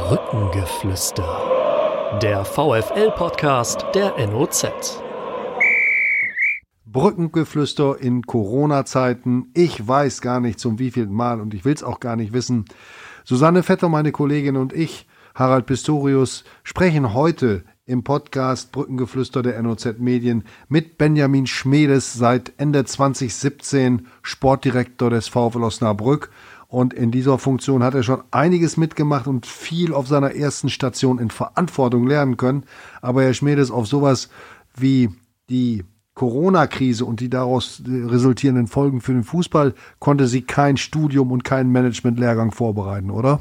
Brückengeflüster, der VfL-Podcast der NOZ. Brückengeflüster in Corona-Zeiten. Ich weiß gar nicht zum wievielten Mal und ich will es auch gar nicht wissen. Susanne Vetter, meine Kollegin, und ich, Harald Pistorius, sprechen heute im Podcast Brückengeflüster der NOZ Medien mit Benjamin Schmedes, seit Ende 2017 Sportdirektor des VfL Osnabrück. Und in dieser Funktion hat er schon einiges mitgemacht und viel auf seiner ersten Station in Verantwortung lernen können. Aber Herr Schmedes, auf sowas wie die Corona-Krise und die daraus resultierenden Folgen für den Fußball konnte sie kein Studium und keinen Management-Lehrgang vorbereiten, oder?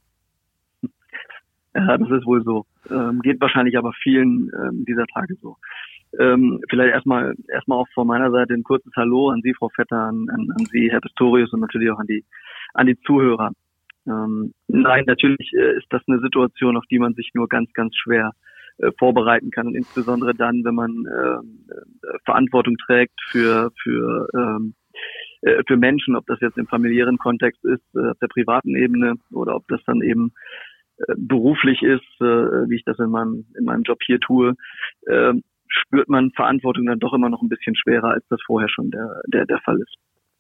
Ja, das ist wohl so. Geht wahrscheinlich aber vielen dieser Tage so. Vielleicht erstmal auch von meiner Seite ein kurzes Hallo an Sie, Frau Vetter, an Sie, Herr Pistorius, und natürlich auch an die Zuhörer. Nein, natürlich ist das eine Situation, auf die man sich nur ganz, ganz schwer vorbereiten kann, und insbesondere dann, wenn man Verantwortung trägt für Menschen, ob das jetzt im familiären Kontext ist, auf der privaten Ebene, oder ob das dann eben beruflich ist, wie ich das in meinem Job hier tue, spürt man Verantwortung dann doch immer noch ein bisschen schwerer, als das vorher schon der Fall ist.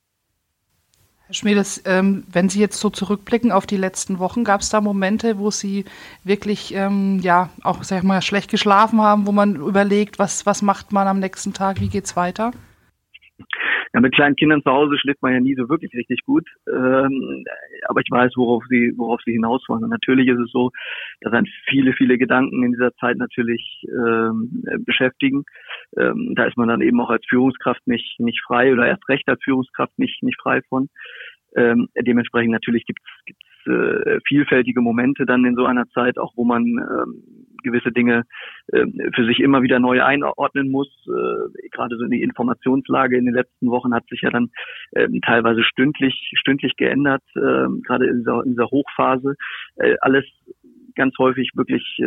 Herr Schmedes, wenn Sie jetzt so zurückblicken auf die letzten Wochen, gab es da Momente, wo Sie wirklich auch, sag ich mal, schlecht geschlafen haben, wo man überlegt, was macht man am nächsten Tag, wie geht's weiter? Ja, mit kleinen Kindern zu Hause schläft man ja nie so wirklich richtig gut. Aber ich weiß, worauf Sie hinaus wollen. Und natürlich ist es so, dass einen viele, viele Gedanken in dieser Zeit natürlich beschäftigen. Da ist man dann eben auch als Führungskraft nicht frei, oder erst recht als Führungskraft nicht frei von. Dementsprechend natürlich gibt's vielfältige Momente dann in so einer Zeit, auch wo man gewisse Dinge für sich immer wieder neu einordnen muss. Gerade so die Informationslage in den letzten Wochen hat sich ja dann teilweise stündlich geändert, gerade in dieser Hochphase. Alles ganz häufig wirklich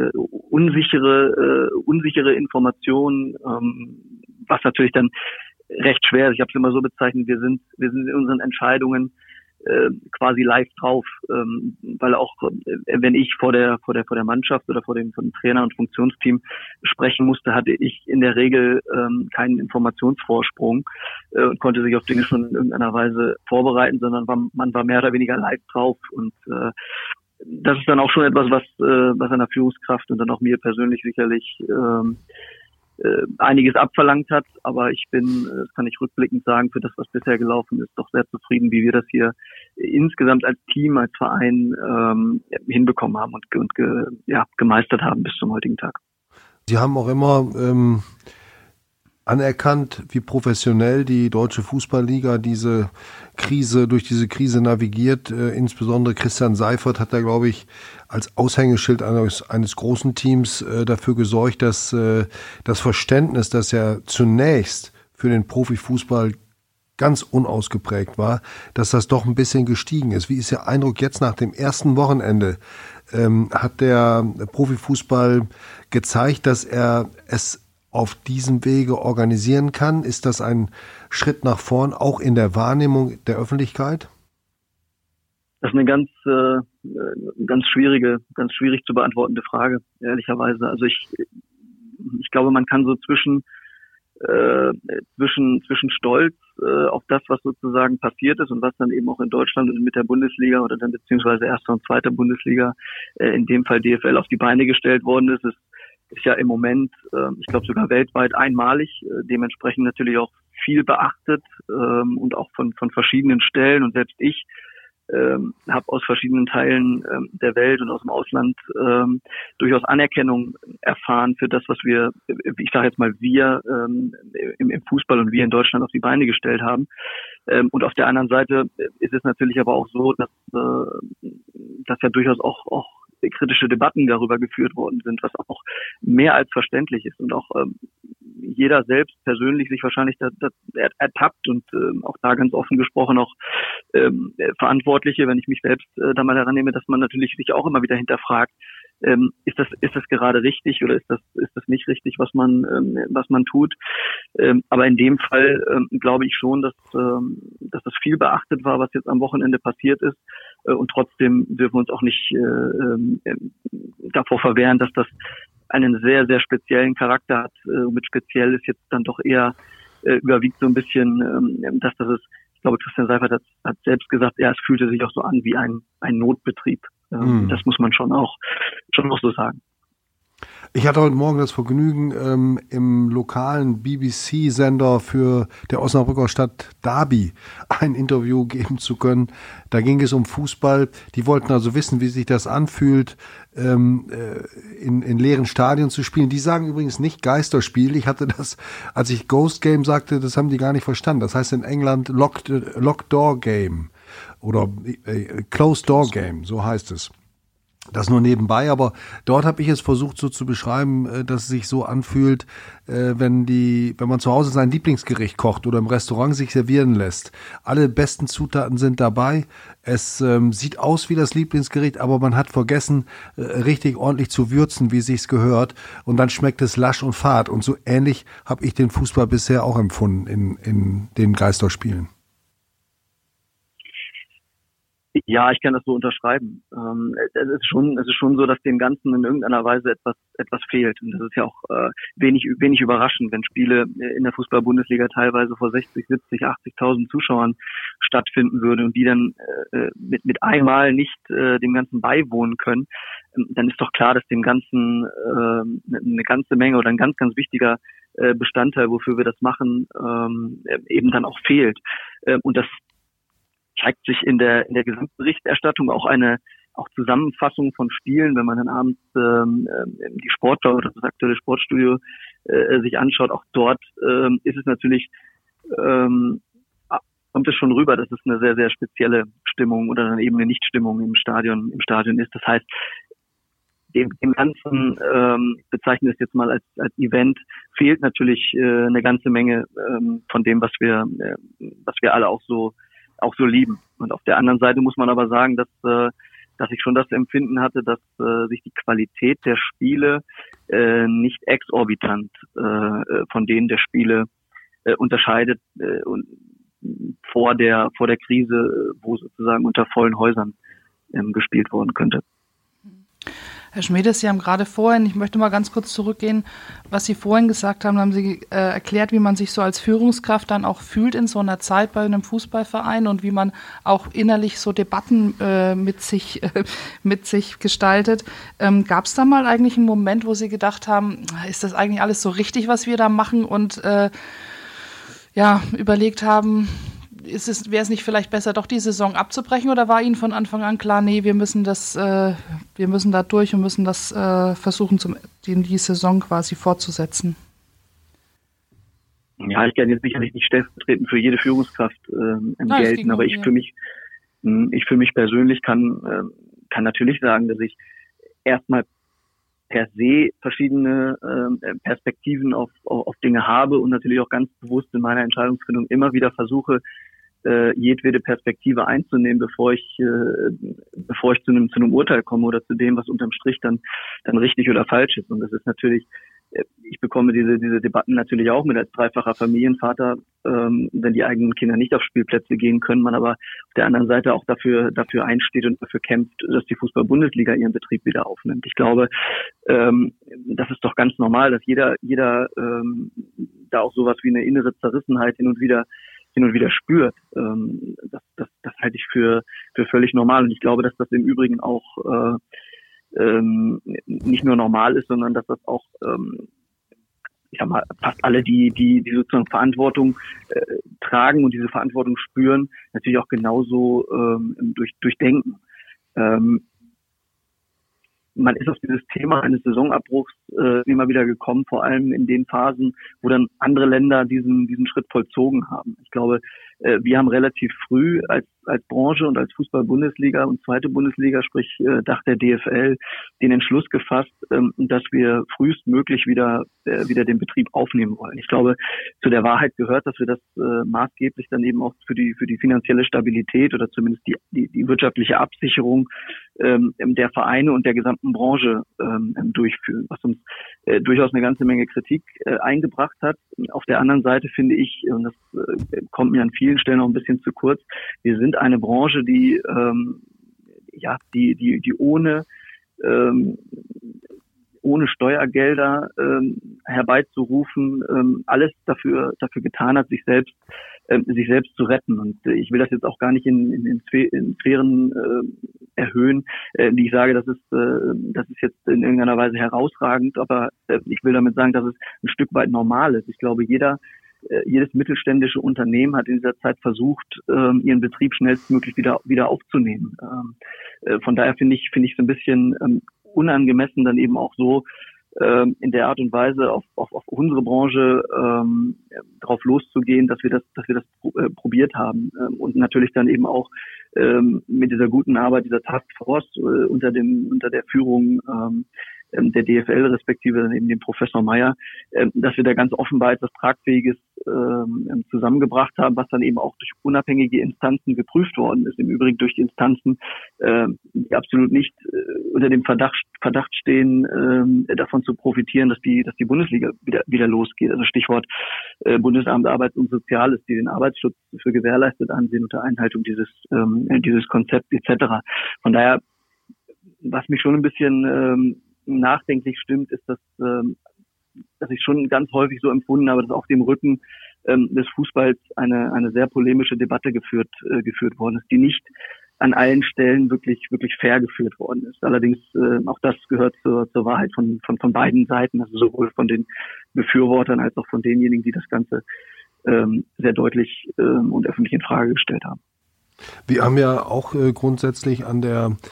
unsichere Informationen, was natürlich dann recht schwer ist. Ich habe es immer so bezeichnet, wir sind in unseren Entscheidungen quasi live drauf, weil auch wenn ich vor der Mannschaft oder vor dem Trainer und Funktionsteam sprechen musste, hatte ich in der Regel keinen Informationsvorsprung und konnte sich auf Dinge schon in irgendeiner Weise vorbereiten, sondern man war mehr oder weniger live drauf, und das ist dann auch schon etwas, was einer Führungskraft und dann auch mir persönlich sicherlich einiges abverlangt hat, aber ich bin, das kann ich rückblickend sagen, für das, was bisher gelaufen ist, doch sehr zufrieden, wie wir das hier insgesamt als Team, als Verein hinbekommen haben und gemeistert haben bis zum heutigen Tag. Sie haben auch immer anerkannt, wie professionell die Deutsche Fußballliga durch diese Krise navigiert. Insbesondere Christian Seifert hat da, glaube ich, als Aushängeschild eines großen Teams dafür gesorgt, dass das Verständnis, das ja zunächst für den Profifußball ganz unausgeprägt war, dass das doch ein bisschen gestiegen ist. Wie ist Ihr Eindruck jetzt nach dem ersten Wochenende? Hat der Profifußball gezeigt, dass er es auf diesem Wege organisieren kann? Ist das ein Schritt nach vorn, auch in der Wahrnehmung der Öffentlichkeit? Das ist eine ganz schwierig zu beantwortende Frage, ehrlicherweise. Also ich glaube, man kann so zwischen Stolz auf das, was sozusagen passiert ist und was dann eben auch in Deutschland und mit der Bundesliga oder dann beziehungsweise erster und zweiter Bundesliga, in dem Fall DFL, auf die Beine gestellt worden ist ja im Moment, ich glaube sogar weltweit einmalig, dementsprechend natürlich auch viel beachtet und auch von verschiedenen Stellen, und selbst ich habe aus verschiedenen Teilen der Welt und aus dem Ausland durchaus Anerkennung erfahren für das, was wir im Fußball und wir in Deutschland auf die Beine gestellt haben. Und auf der anderen Seite ist es natürlich aber auch so, dass ja durchaus auch kritische Debatten darüber geführt worden sind, was auch mehr als verständlich ist, und auch jeder selbst persönlich sich wahrscheinlich da ertappt und auch da ganz offen gesprochen auch Verantwortliche, wenn ich mich selbst da mal herannehme, dass man natürlich sich auch immer wieder hinterfragt, ist das gerade richtig oder ist das nicht richtig, was man tut. Aber in dem Fall glaube ich schon, dass das viel beachtet war, was jetzt am Wochenende passiert ist. und trotzdem dürfen wir uns auch nicht davor verwehren, dass das einen sehr, sehr speziellen Charakter hat. Mit speziell ist jetzt dann doch eher überwiegt so ein bisschen, dass das ist, ich glaube, Christian Seifert hat selbst gesagt, ja, es fühlte sich auch so an wie ein Notbetrieb. Das muss man schon auch so sagen. Ich hatte heute Morgen das Vergnügen, im lokalen BBC-Sender der Osnabrücker Stadt Derby ein Interview geben zu können. Da ging es um Fußball. Die wollten also wissen, wie sich das anfühlt, in leeren Stadien zu spielen. Die sagen übrigens nicht Geisterspiel. Ich hatte das, als ich Ghost Game sagte, das haben die gar nicht verstanden. Das heißt in England Locked Door Game oder Closed Door Game, so heißt es. Das nur nebenbei, aber dort habe ich es versucht so zu beschreiben, dass es sich so anfühlt, wenn man zu Hause sein Lieblingsgericht kocht oder im Restaurant sich servieren lässt. Alle besten Zutaten sind dabei. Es sieht aus wie das Lieblingsgericht, aber man hat vergessen, richtig ordentlich zu würzen, wie es sich gehört. Und dann schmeckt es lasch und fad. Und so ähnlich habe ich den Fußball bisher auch empfunden in den Geisterspielen. Ja, ich kann das so unterschreiben. Es ist schon so, dass dem Ganzen in irgendeiner Weise etwas fehlt. Und das ist ja auch wenig überraschend, wenn Spiele in der Fußball-Bundesliga teilweise vor 60, 70, 80.000 Zuschauern stattfinden würden und die dann mit einmal nicht dem Ganzen beiwohnen können. Dann ist doch klar, dass dem Ganzen eine ganze Menge oder ein ganz, ganz wichtiger Bestandteil, wofür wir das machen, eben dann auch fehlt. Und das zeigt sich in der Gesamtberichterstattung auch auch Zusammenfassung von Spielen, wenn man dann abends die Sportschau oder das aktuelle Sportstudio sich anschaut. Auch dort ist es natürlich kommt es schon rüber, dass es eine sehr, sehr spezielle Stimmung oder dann eben eine Nichtstimmung im Stadion ist. Das heißt, dem Ganzen, bezeichne es jetzt mal als Event, fehlt natürlich eine ganze Menge von dem, was wir alle auch so lieben. Und auf der anderen Seite muss man aber sagen, dass ich schon das Empfinden hatte, dass sich die Qualität der Spiele nicht exorbitant von denen der Spiele unterscheidet und vor der Krise, wo sozusagen unter vollen Häusern gespielt worden könnte. Herr Schmedes, Sie haben gerade vorhin, ich möchte mal ganz kurz zurückgehen, was Sie vorhin gesagt haben, Sie erklärt, wie man sich so als Führungskraft dann auch fühlt in so einer Zeit bei einem Fußballverein und wie man auch innerlich so Debatten mit sich gestaltet. Gab es da mal eigentlich einen Moment, wo Sie gedacht haben, ist das eigentlich alles so richtig, was wir da machen und überlegt haben, wäre es nicht vielleicht besser, doch die Saison abzubrechen, oder war Ihnen von Anfang an klar, nee, wir müssen da durch und müssen das versuchen, die Saison quasi fortzusetzen? Ja, ich kann jetzt sicherlich nicht stellvertretend für jede Führungskraft gelten, aber ich für mich persönlich kann natürlich sagen, dass ich erstmal per se verschiedene Perspektiven auf Dinge habe und natürlich auch ganz bewusst in meiner Entscheidungsfindung immer wieder versuche, jedwede Perspektive einzunehmen, bevor ich zu einem Urteil komme oder zu dem, was unterm Strich dann richtig oder falsch ist. Und das ist natürlich, ich bekomme diese Debatten natürlich auch mit als dreifacher Familienvater, wenn die eigenen Kinder nicht auf Spielplätze gehen können, man aber auf der anderen Seite auch dafür einsteht und dafür kämpft, dass die Fußball-Bundesliga ihren Betrieb wieder aufnimmt. Ich glaube, das ist doch ganz normal, dass jeder da auch sowas wie eine innere Zerrissenheit hin und wieder spürt. Das halte ich für völlig normal. Und ich glaube, dass das im Übrigen auch nicht nur normal ist, sondern dass das auch, ich sag mal, fast alle, die sozusagen Verantwortung tragen und diese Verantwortung spüren, natürlich auch genauso durchdenken. Man ist auf dieses Thema eines Saisonabbruchs immer wieder gekommen, vor allem in den Phasen, wo dann andere Länder diesen Schritt vollzogen haben. Ich glaube, wir haben relativ früh als Branche und als Fußball-Bundesliga und zweite Bundesliga, sprich Dach der DFL, den Entschluss gefasst, dass wir frühestmöglich wieder den Betrieb aufnehmen wollen. Ich glaube, zu der Wahrheit gehört, dass wir das maßgeblich dann eben auch für die finanzielle Stabilität oder zumindest die wirtschaftliche Absicherung der Vereine und der gesamten Branche durchführen, was uns durchaus eine ganze Menge Kritik eingebracht hat. Auf der anderen Seite finde ich, und das kommt mir an vielen Stellen auch ein bisschen zu kurz, wir sind eine Branche, die die ohne Steuergelder herbeizurufen, alles dafür getan hat, sich selbst zu retten. Und ich will das jetzt auch gar nicht in Sphären erhöhen, die ich sage, das ist jetzt in irgendeiner Weise herausragend, aber ich will damit sagen, dass es ein Stück weit normal ist. Ich glaube, jedes mittelständische Unternehmen hat in dieser Zeit versucht, ihren Betrieb schnellstmöglich wieder aufzunehmen. Von daher finde ich so ein bisschen unangemessen, dann eben auch so in der Art und Weise auf unsere Branche drauf loszugehen, dass wir das probiert haben und natürlich dann eben auch mit dieser guten Arbeit dieser Taskforce unter der Führung der DFL respektive dann eben dem Professor Meyer, dass wir da ganz offenbar etwas Tragfähiges zusammengebracht haben, was dann eben auch durch unabhängige Instanzen geprüft worden ist. Im Übrigen durch die Instanzen, die absolut nicht unter dem Verdacht stehen, davon zu profitieren, dass die Bundesliga wieder losgeht. Also Stichwort Bundesamt Arbeit und Soziales, die den Arbeitsschutz für gewährleistet ansehen unter Einhaltung dieses Konzepts etc. Von daher, was mich schon ein bisschen nachdenklich stimmt, ist, dass ich schon ganz häufig so empfunden habe, dass auf dem Rücken des Fußballs eine sehr polemische Debatte geführt worden ist, die nicht an allen Stellen wirklich fair geführt worden ist. Allerdings auch das gehört zur Wahrheit von beiden Seiten, also sowohl von den Befürwortern als auch von denjenigen, die das Ganze sehr deutlich und öffentlich in Frage gestellt haben. Wir haben ja auch grundsätzlich an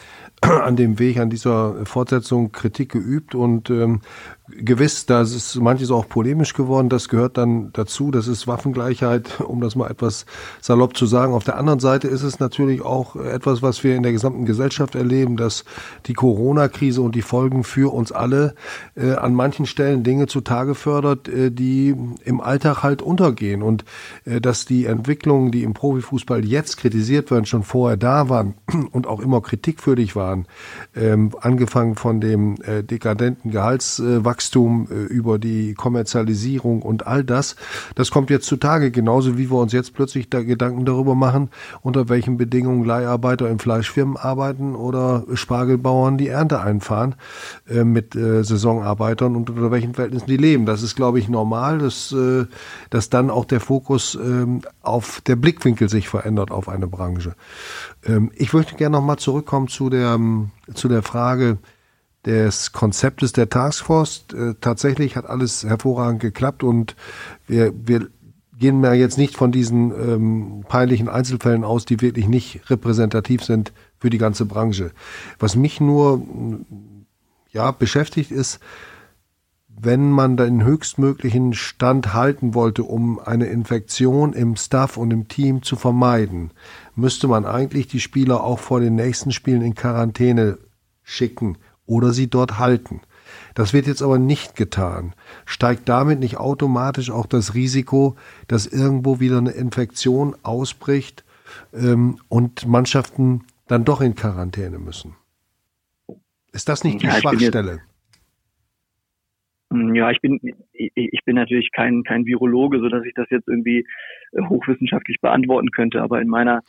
dem Weg, an dieser Fortsetzung Kritik geübt und gewiss, da ist manches auch polemisch geworden, das gehört dann dazu, das ist Waffengleichheit, um das mal etwas salopp zu sagen. Auf der anderen Seite ist es natürlich auch etwas, was wir in der gesamten Gesellschaft erleben, dass die Corona-Krise und die Folgen für uns alle an manchen Stellen Dinge zutage fördert, die im Alltag halt untergehen und dass die Entwicklungen, die im Profifußball jetzt kritisiert werden, schon vorher da waren und auch immer kritikwürdig waren, angefangen von dem dekadenten Gehaltswachstum über die Kommerzialisierung und all das kommt jetzt zutage, genauso wie wir uns jetzt plötzlich da Gedanken darüber machen, unter welchen Bedingungen Leiharbeiter in Fleischfirmen arbeiten oder Spargelbauern die Ernte einfahren mit Saisonarbeitern und unter welchen Verhältnissen die leben. Das ist, glaube ich, normal, dass dann auch der Fokus auf der Blickwinkel sich verändert auf eine Branche. Ich möchte gerne nochmal zurückkommen zu der Frage des Konzeptes der Taskforce. Tatsächlich hat alles hervorragend geklappt und wir gehen mehr jetzt nicht von diesen peinlichen Einzelfällen aus, die wirklich nicht repräsentativ sind für die ganze Branche. Was mich nur beschäftigt ist, wenn man den höchstmöglichen Stand halten wollte, um eine Infektion im Staff und im Team zu vermeiden, müsste man eigentlich die Spieler auch vor den nächsten Spielen in Quarantäne schicken oder sie dort halten. Das wird jetzt aber nicht getan. Steigt damit nicht automatisch auch das Risiko, dass irgendwo wieder eine Infektion ausbricht und Mannschaften dann doch in Quarantäne müssen? Ist das nicht die Schwachstelle? Ja, ich bin natürlich kein Virologe, so dass ich das jetzt irgendwie hochwissenschaftlich beantworten könnte, aber in meiner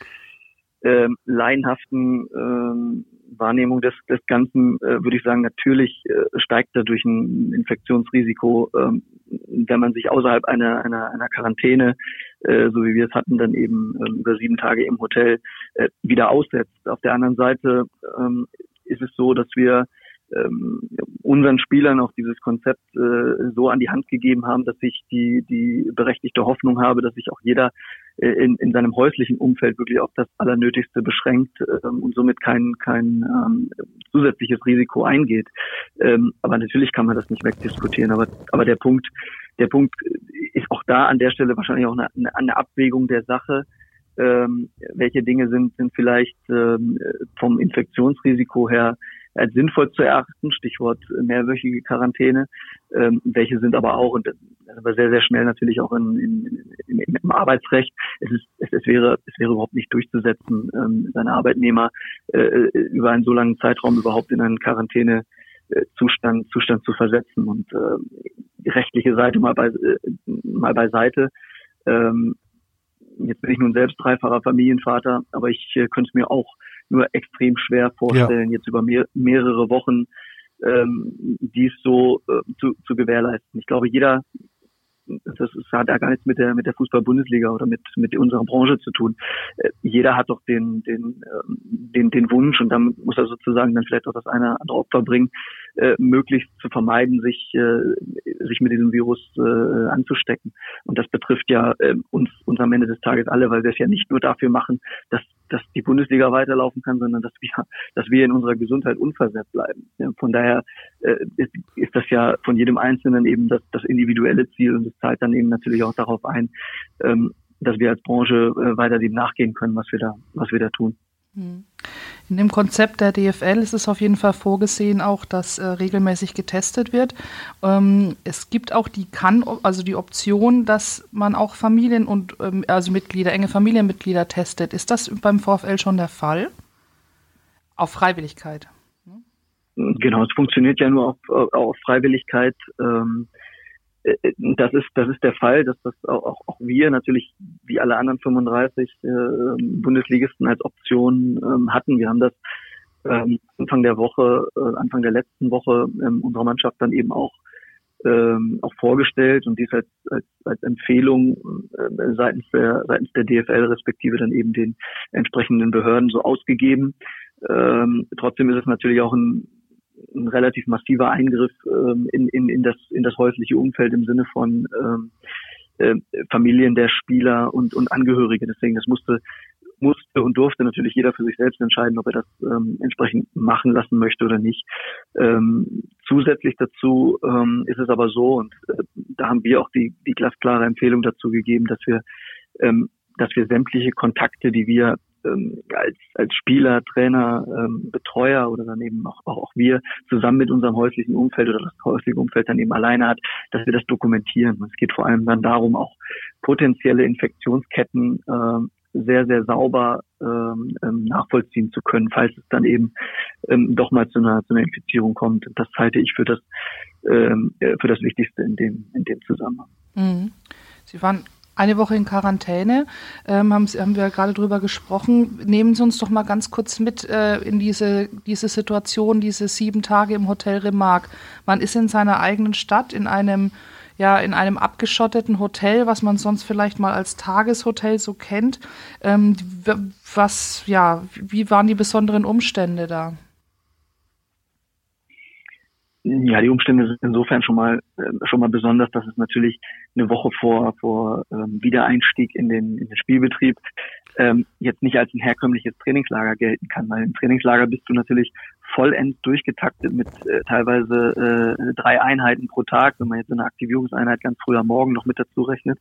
laienhaften Wahrnehmung des Ganzen würde ich sagen, natürlich steigt dadurch ein Infektionsrisiko, wenn man sich außerhalb einer Quarantäne, so wie wir es hatten, dann eben über 7 Tage im Hotel wieder aussetzt. Auf der anderen Seite ist es so, dass wir unseren Spielern auch dieses Konzept so an die Hand gegeben haben, dass ich die berechtigte Hoffnung habe, dass sich auch jeder in seinem häuslichen Umfeld wirklich auf das Allernötigste beschränkt und somit kein zusätzliches Risiko eingeht. Aber natürlich kann man das nicht wegdiskutieren. Aber der Punkt ist auch da an der Stelle wahrscheinlich auch eine Abwägung der Sache. Welche Dinge sind vielleicht vom Infektionsrisiko her als sinnvoll zu erachten, Stichwort mehrwöchige Quarantäne, welche sind aber auch, und das ist aber sehr, sehr schnell natürlich auch im Arbeitsrecht, es wäre überhaupt nicht durchzusetzen, seine Arbeitnehmer über einen so langen Zeitraum überhaupt in einen Quarantänezustand zu versetzen. Und die rechtliche Seite mal beiseite. Jetzt bin ich nun selbst dreifacher Familienvater, aber ich könnte es mir auch nur extrem schwer vorstellen, jetzt über mehrere Wochen dies so zu gewährleisten. Ich glaube, hat ja gar nichts mit der Fußball-Bundesliga oder mit unserer Branche zu tun. Jeder hat doch den Wunsch, und dann muss er sozusagen dann vielleicht auch das eine oder andere Opfer bringen, möglichst zu vermeiden, sich mit diesem Virus anzustecken. Und das betrifft ja uns am Ende des Tages alle, weil wir es ja nicht nur dafür machen, dass die Bundesliga weiterlaufen kann, sondern dass wir in unserer Gesundheit unversehrt bleiben. Ja, von daher ist das ja von jedem Einzelnen eben das individuelle Ziel, und es zahlt dann eben natürlich auch darauf ein, dass wir als Branche weiter dem nachgehen können, was wir da tun. In dem Konzept der DFL ist es auf jeden Fall vorgesehen auch, dass regelmäßig getestet wird. Es gibt auch die Option, dass man auch Familien und enge Familienmitglieder testet. Ist das beim VfL schon der Fall? Auf Freiwilligkeit? Genau, es funktioniert ja nur auf Freiwilligkeit. Das ist der Fall, dass das auch wir natürlich wie alle anderen 35 Bundesligisten als Option hatten. Wir haben das Anfang der letzten Woche unserer Mannschaft dann eben auch vorgestellt und dies als Empfehlung seitens der DFL respektive dann eben den entsprechenden Behörden so ausgegeben. Trotzdem ist es natürlich auch ein relativ massiver Eingriff in das häusliche Umfeld im Sinne von Familien der Spieler und Angehörige. Deswegen, das musste und durfte natürlich jeder für sich selbst entscheiden, ob er das entsprechend machen lassen möchte oder nicht. Zusätzlich dazu ist es aber so, und da haben wir auch die glasklare Empfehlung dazu gegeben, dass wir sämtliche Kontakte, die wir als Spieler, Trainer, Betreuer oder dann eben auch wir zusammen mit unserem häuslichen Umfeld oder das häusliche Umfeld dann eben alleine hat, dass wir das dokumentieren. Und es geht vor allem dann darum, auch potenzielle Infektionsketten sehr, sehr sauber nachvollziehen zu können, falls es dann eben doch mal zu einer Infizierung kommt. Das halte ich für das Wichtigste in dem Zusammenhang. Mhm. Sie waren eine Woche in Quarantäne, haben wir gerade drüber gesprochen. Nehmen Sie uns doch mal ganz kurz mit in diese Situation, diese 7 Tage im Hotel Remarque. Man ist in seiner eigenen Stadt, in einem abgeschotteten Hotel, was man sonst vielleicht mal als Tageshotel so kennt. Wie waren die besonderen Umstände da? Ja, die Umstände sind insofern schon mal besonders, dass es natürlich eine Woche vor Wiedereinstieg in den Spielbetrieb jetzt nicht als ein herkömmliches Trainingslager gelten kann, weil im Trainingslager bist du natürlich vollends durchgetaktet mit teilweise 3 Einheiten pro Tag, wenn man jetzt eine Aktivierungseinheit ganz früh am Morgen noch mit dazu rechnet.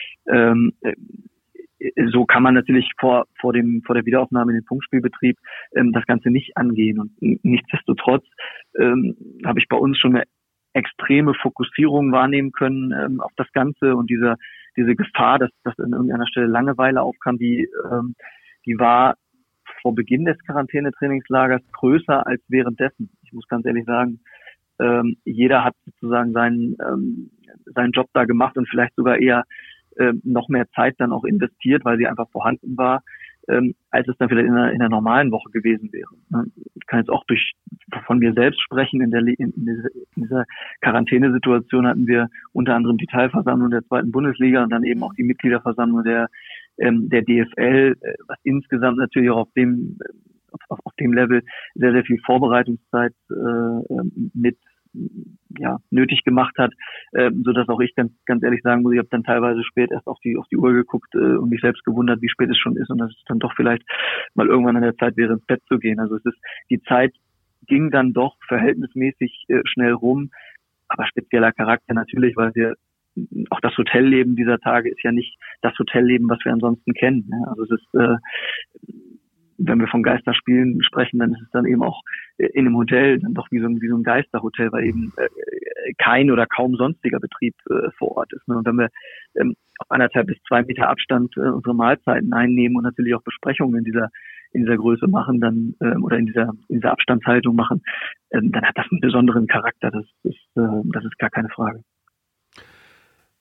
So kann man natürlich vor der Wiederaufnahme in den Punktspielbetrieb das Ganze nicht angehen. Und nichtsdestotrotz habe ich bei uns schon eine extreme Fokussierung wahrnehmen können auf das Ganze, und diese Gefahr, dass an irgendeiner Stelle Langeweile aufkam, die war vor Beginn des Quarantänetrainingslagers größer als währenddessen. Ich muss ganz ehrlich sagen, jeder hat sozusagen seinen Job da gemacht und vielleicht sogar eher noch mehr Zeit dann auch investiert, weil sie einfach vorhanden war, als es dann vielleicht in einer normalen Woche gewesen wäre. Ich kann jetzt auch von mir selbst sprechen. In dieser Quarantänesituation hatten wir unter anderem die Teilversammlung der 2. Bundesliga und dann eben auch die Mitgliederversammlung der DFL, was insgesamt natürlich auch auf dem Level sehr, sehr viel Vorbereitungszeit mit nötig gemacht hat, so dass auch ich ganz ehrlich sagen muss, ich habe dann teilweise spät erst auf die Uhr geguckt und mich selbst gewundert, wie spät es schon ist, und dass es dann doch vielleicht mal irgendwann an der Zeit wäre, ins Bett zu gehen. Also die Zeit ging dann doch verhältnismäßig schnell rum, aber spezieller Charakter natürlich, weil auch das Hotelleben dieser Tage ist ja nicht das Hotelleben, was wir ansonsten kennen. Also es ist wenn wir von Geisterspielen sprechen, dann ist es dann eben auch in einem Hotel dann doch wie so ein Geisterhotel, weil eben kein oder kaum sonstiger Betrieb vor Ort ist. Und wenn wir auf 1,5 bis 2 Meter Abstand unsere Mahlzeiten einnehmen und natürlich auch Besprechungen in dieser Größe machen, dann oder in dieser Abstandshaltung machen, dann hat das einen besonderen Charakter. Das ist gar keine Frage.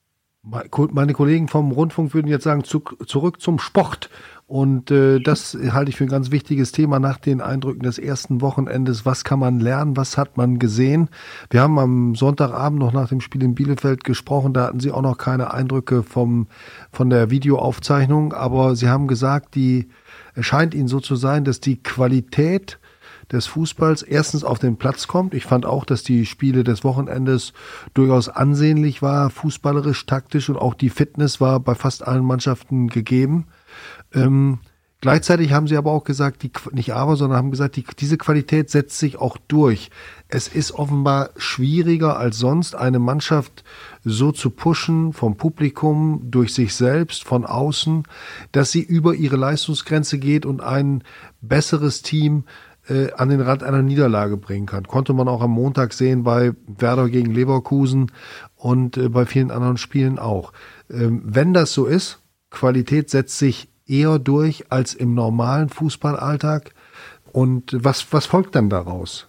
Meine Kollegen vom Rundfunk würden jetzt sagen, zurück zum Sport. Und das halte ich für ein ganz wichtiges Thema nach den Eindrücken des ersten Wochenendes. Was kann man lernen? Was hat man gesehen? Wir haben am Sonntagabend noch nach dem Spiel in Bielefeld gesprochen. Da hatten Sie auch noch keine Eindrücke von der Videoaufzeichnung. Aber Sie haben gesagt, es scheint Ihnen so zu sein, dass die Qualität des Fußballs erstens auf den Platz kommt. Ich fand auch, dass die Spiele des Wochenendes durchaus ansehnlich war, fußballerisch, taktisch, und auch die Fitness war bei fast allen Mannschaften gegeben. Gleichzeitig haben sie aber auch gesagt, haben gesagt, diese Qualität setzt sich auch durch. Es ist offenbar schwieriger als sonst, eine Mannschaft so zu pushen vom Publikum, durch sich selbst, von außen, dass sie über ihre Leistungsgrenze geht und ein besseres Team an den Rand einer Niederlage bringen kann. Konnte man auch am Montag sehen bei Werder gegen Leverkusen und bei vielen anderen Spielen auch. Wenn das so ist, Qualität setzt sich eher durch als im normalen Fußballalltag. Und was folgt dann daraus?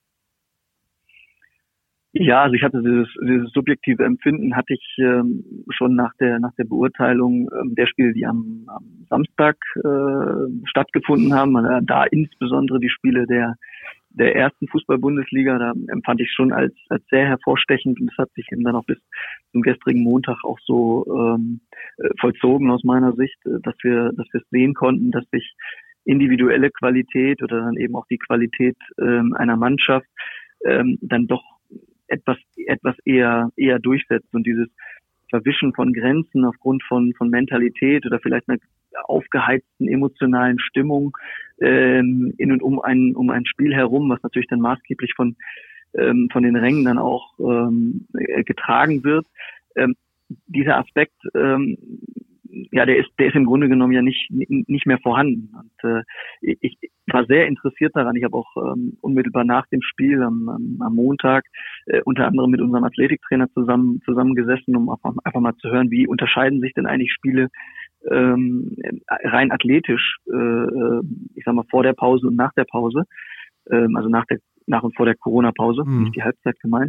Ja, also ich hatte dieses subjektive Empfinden hatte ich schon nach der Beurteilung der Spiele, die am Samstag stattgefunden haben. Da insbesondere die Spiele der ersten Fußball-Bundesliga, da empfand ich schon als sehr hervorstechend, und das hat sich eben dann auch bis zum gestrigen Montag auch so vollzogen aus meiner Sicht, dass wir es sehen konnten, dass sich individuelle Qualität oder dann eben auch die Qualität einer Mannschaft dann doch etwas eher durchsetzt, und dieses Verwischen von Grenzen aufgrund von Mentalität oder vielleicht einer aufgeheizten emotionalen Stimmung in und um ein Spiel herum, was natürlich dann maßgeblich von den Rängen dann auch getragen wird. Dieser Aspekt, der ist im Grunde genommen ja nicht mehr vorhanden. Und ich war sehr interessiert daran. Ich habe auch unmittelbar nach dem Spiel am Montag unter anderem mit unserem Athletiktrainer zusammengesessen, um einfach mal zu hören, wie unterscheiden sich denn eigentlich Spiele rein athletisch, ich sag mal vor der Pause und nach der Pause, also nach und vor der Corona-Pause, nicht die Halbzeit gemeint.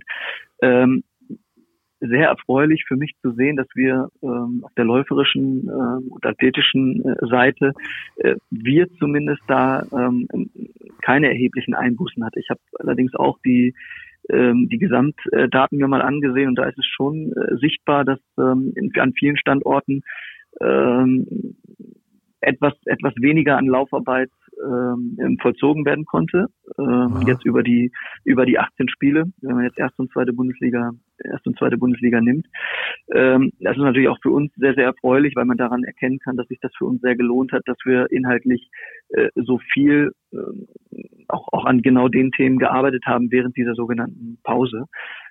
Sehr erfreulich für mich zu sehen, dass wir auf der läuferischen und athletischen Seite wir zumindest da keine erheblichen Einbußen hatten. Ich habe allerdings auch die Gesamtdaten mir mal angesehen, und da ist es schon sichtbar, dass an vielen Standorten etwas weniger an Laufarbeit vollzogen werden konnte. Jetzt über die 18 Spiele, wenn man jetzt erste und zweite Bundesliga nimmt. Das ist natürlich auch für uns sehr, sehr erfreulich, weil man daran erkennen kann, dass sich das für uns sehr gelohnt hat, dass wir inhaltlich so viel auch an genau den Themen gearbeitet haben während dieser sogenannten Pause.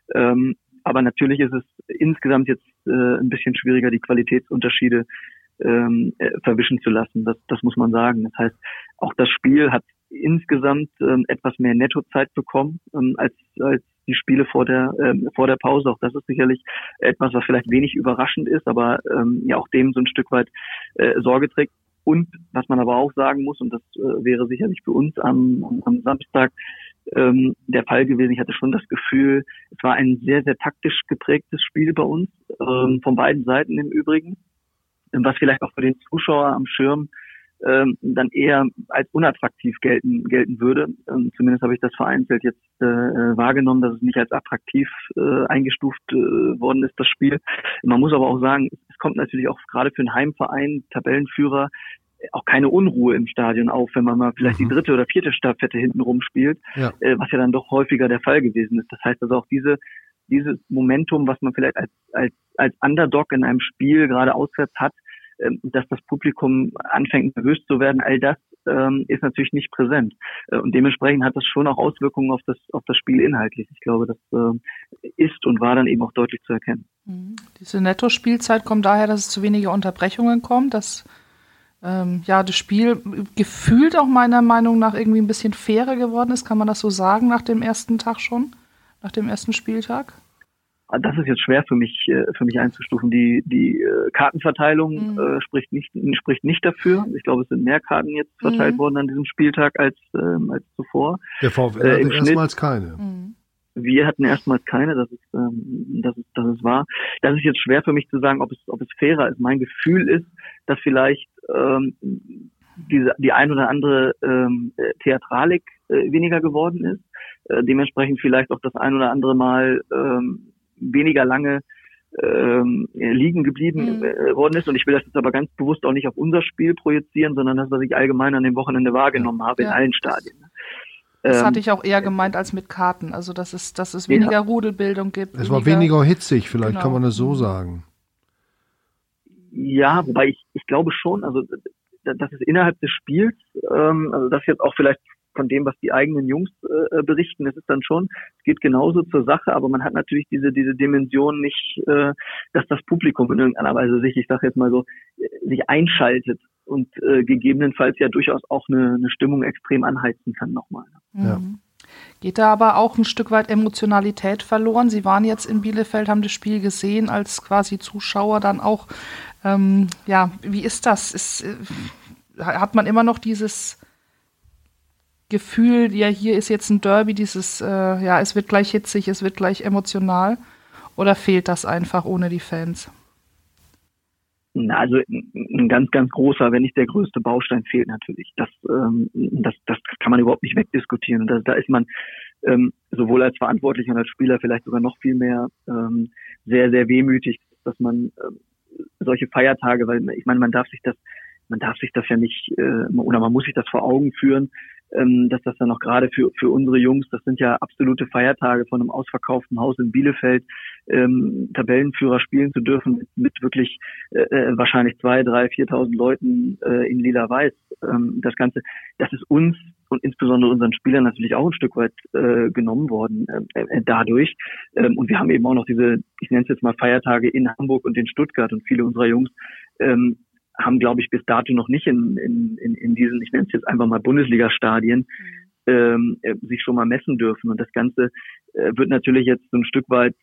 Aber natürlich ist es insgesamt jetzt ein bisschen schwieriger, die Qualitätsunterschiede verwischen zu lassen. Das muss man sagen. Das heißt, auch das Spiel hat insgesamt etwas mehr Nettozeit bekommen als die Spiele vor der Pause. Auch das ist sicherlich etwas, was vielleicht wenig überraschend ist, aber ja auch dem so ein Stück weit Sorge trägt. Und was man aber auch sagen muss, und das wäre sicherlich für uns am Samstag der Fall gewesen. Ich hatte schon das Gefühl, es war ein sehr, sehr taktisch geprägtes Spiel bei uns, von beiden Seiten im Übrigen, was vielleicht auch für den Zuschauer am Schirm dann eher als unattraktiv gelten würde. Zumindest habe ich das vereinzelt jetzt wahrgenommen, dass es nicht als attraktiv eingestuft worden ist, das Spiel. Man muss aber auch sagen, es kommt natürlich auch gerade für einen Heimverein, Tabellenführer, auch keine Unruhe im Stadion auf, wenn man mal vielleicht die dritte oder vierte Staffette hinten rumspielt, was ja dann doch häufiger der Fall gewesen ist. Das heißt also auch dieses Momentum, was man vielleicht als Underdog in einem Spiel gerade auswärts hat, dass das Publikum anfängt nervös zu werden, all das ist natürlich nicht präsent. Und dementsprechend hat das schon auch Auswirkungen auf das Spiel inhaltlich. Ich glaube, das ist und war dann eben auch deutlich zu erkennen. Diese Netto-Spielzeit kommt daher, dass es zu wenige Unterbrechungen kommt, dass das Spiel gefühlt auch meiner Meinung nach irgendwie ein bisschen fairer geworden ist. Kann man das so sagen nach dem ersten Tag schon? Nach dem ersten Spieltag? Das ist jetzt schwer für mich einzustufen. Die Kartenverteilung spricht nicht dafür. Ich glaube, es sind mehr Karten jetzt verteilt worden an diesem Spieltag als zuvor. Der VfL hatte erstmals keine. wir hatten erstmals keine, das ist wahr. Das ist jetzt schwer für mich zu sagen, ob es fairer ist. Mein Gefühl ist, dass vielleicht die ein oder andere Theatralik weniger geworden ist, dementsprechend vielleicht auch das ein oder andere Mal weniger lange liegen geblieben worden ist. Und ich will das jetzt aber ganz bewusst auch nicht auf unser Spiel projizieren, sondern das, was ich allgemein an dem Wochenende wahrgenommen habe in allen Stadien. Das hatte ich auch eher gemeint als mit Karten. Also dass es weniger Rudelbildung gibt. Es war weniger hitzig, vielleicht kann man das so sagen. Ja, wobei ich glaube schon, also dass es innerhalb des Spiels, also das jetzt auch vielleicht von dem, was die eigenen Jungs berichten, das ist dann schon, es geht genauso zur Sache, aber man hat natürlich diese Dimension nicht, dass das Publikum in irgendeiner Weise ich sage jetzt mal so, sich einschaltet und gegebenenfalls ja durchaus auch eine Stimmung extrem anheizen kann nochmal. Ja. Geht da aber auch ein Stück weit Emotionalität verloren? Sie waren jetzt in Bielefeld, haben das Spiel gesehen, als quasi Zuschauer dann auch. Wie ist das? Hat man immer noch dieses Gefühl, ja, hier ist jetzt ein Derby, dieses, es wird gleich hitzig, es wird gleich emotional? Oder fehlt das einfach ohne die Fans? Na, also ein ganz, ganz großer, wenn nicht der größte Baustein fehlt natürlich. Das kann man überhaupt nicht wegdiskutieren. Und da ist man sowohl als Verantwortlicher und als Spieler vielleicht sogar noch viel mehr sehr, sehr wehmütig, dass man solche Feiertage, weil ich meine, man darf sich das ja nicht, oder man muss sich das vor Augen führen, dass das dann auch gerade für unsere Jungs, das sind ja absolute Feiertage von einem ausverkauften Haus in Bielefeld, Tabellenführer spielen zu dürfen mit wirklich wahrscheinlich 2.000, 3.000, 4.000 Leuten in Lila-Weiß. Das Ganze, das ist uns und insbesondere unseren Spielern natürlich auch ein Stück weit genommen worden dadurch. Und wir haben eben auch noch diese, ich nenne es jetzt mal Feiertage in Hamburg und in Stuttgart, und viele unserer Jungs haben, glaube ich, bis dato noch nicht in diesen, ich nenne es jetzt einfach mal Bundesliga-Stadien, sich schon mal messen dürfen. Und das Ganze wird natürlich jetzt so ein Stück weit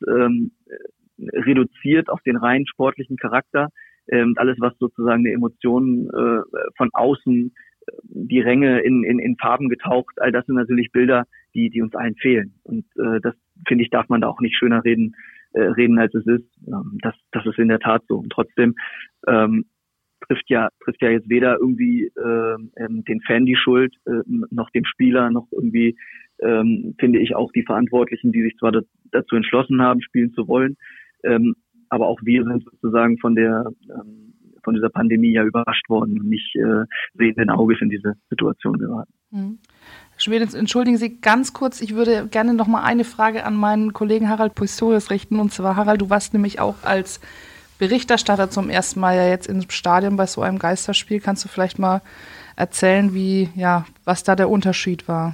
reduziert auf den rein sportlichen Charakter. Alles, was sozusagen eine Emotion von außen, die Ränge in Farben getaucht, all das sind natürlich Bilder, die uns allen fehlen. Und das, finde ich, darf man da auch nicht schöner reden, als es ist. Das ist in der Tat so. Und trotzdem trifft ja jetzt weder irgendwie den Fan die Schuld, noch dem Spieler, noch irgendwie finde ich auch die Verantwortlichen, die sich zwar dazu entschlossen haben, spielen zu wollen, aber auch wir sind sozusagen von dieser Pandemie ja überrascht worden und nicht sehenden Auges in diese Situation geraten. Schwedens, entschuldigen Sie ganz kurz, ich würde gerne noch mal eine Frage an meinen Kollegen Harald Pistorius richten. Und zwar, Harald, du warst nämlich auch als Berichterstatter zum ersten Mal ja jetzt im Stadion bei so einem Geisterspiel. Kannst du vielleicht mal erzählen, was da der Unterschied war?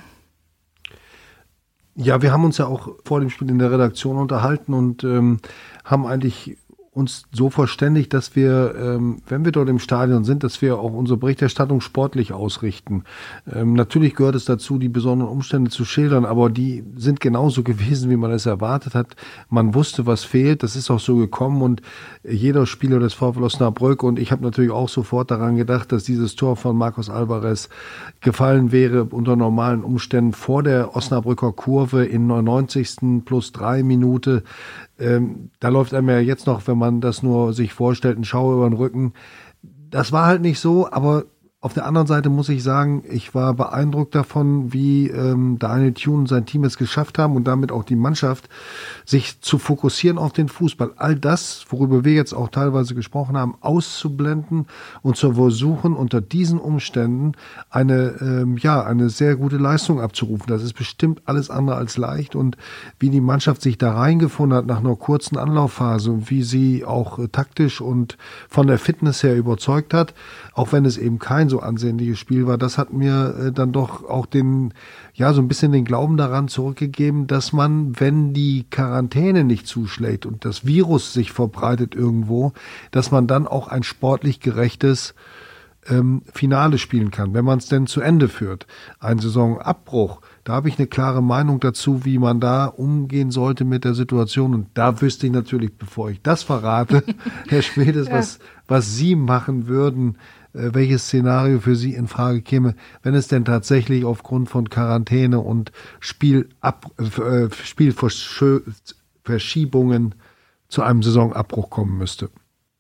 Ja, wir haben uns ja auch vor dem Spiel in der Redaktion unterhalten und haben eigentlich uns so verständigt, dass wir, wenn wir dort im Stadion sind, dass wir auch unsere Berichterstattung sportlich ausrichten. Natürlich gehört es dazu, die besonderen Umstände zu schildern, aber die sind genauso gewesen, wie man es erwartet hat. Man wusste, was fehlt, das ist auch so gekommen, und jeder Spieler des VfL Osnabrück, und ich habe natürlich auch sofort daran gedacht, dass dieses Tor von Marcos Alvarez gefallen wäre unter normalen Umständen vor der Osnabrücker Kurve in 99. plus 3 Minute. Da läuft einem ja jetzt noch, wenn man das nur sich vorstellt, ein Schauer über den Rücken. Das war halt nicht so, aber auf der anderen Seite muss ich sagen, ich war beeindruckt davon, wie Daniel Thune und sein Team es geschafft haben und damit auch die Mannschaft, sich zu fokussieren auf den Fußball. All das, worüber wir jetzt auch teilweise gesprochen haben, auszublenden und zu versuchen, unter diesen Umständen eine sehr gute Leistung abzurufen. Das ist bestimmt alles andere als leicht, und wie die Mannschaft sich da reingefunden hat nach einer kurzen Anlaufphase und wie sie auch taktisch und von der Fitness her überzeugt hat, auch wenn es eben kein so ansehnliches Spiel war, das hat mir dann doch auch so ein bisschen den Glauben daran zurückgegeben, dass man, wenn die Quarantäne nicht zuschlägt und das Virus sich verbreitet irgendwo, dass man dann auch ein sportlich gerechtes Finale spielen kann, wenn man es denn zu Ende führt. Ein Saisonabbruch, da habe ich eine klare Meinung dazu, wie man da umgehen sollte mit der Situation. Und da wüsste ich natürlich, bevor ich das verrate, Herr Schmedes, was Sie machen würden, welches Szenario für Sie in Frage käme, wenn es denn tatsächlich aufgrund von Quarantäne und Spielverschiebungen zu einem Saisonabbruch kommen müsste.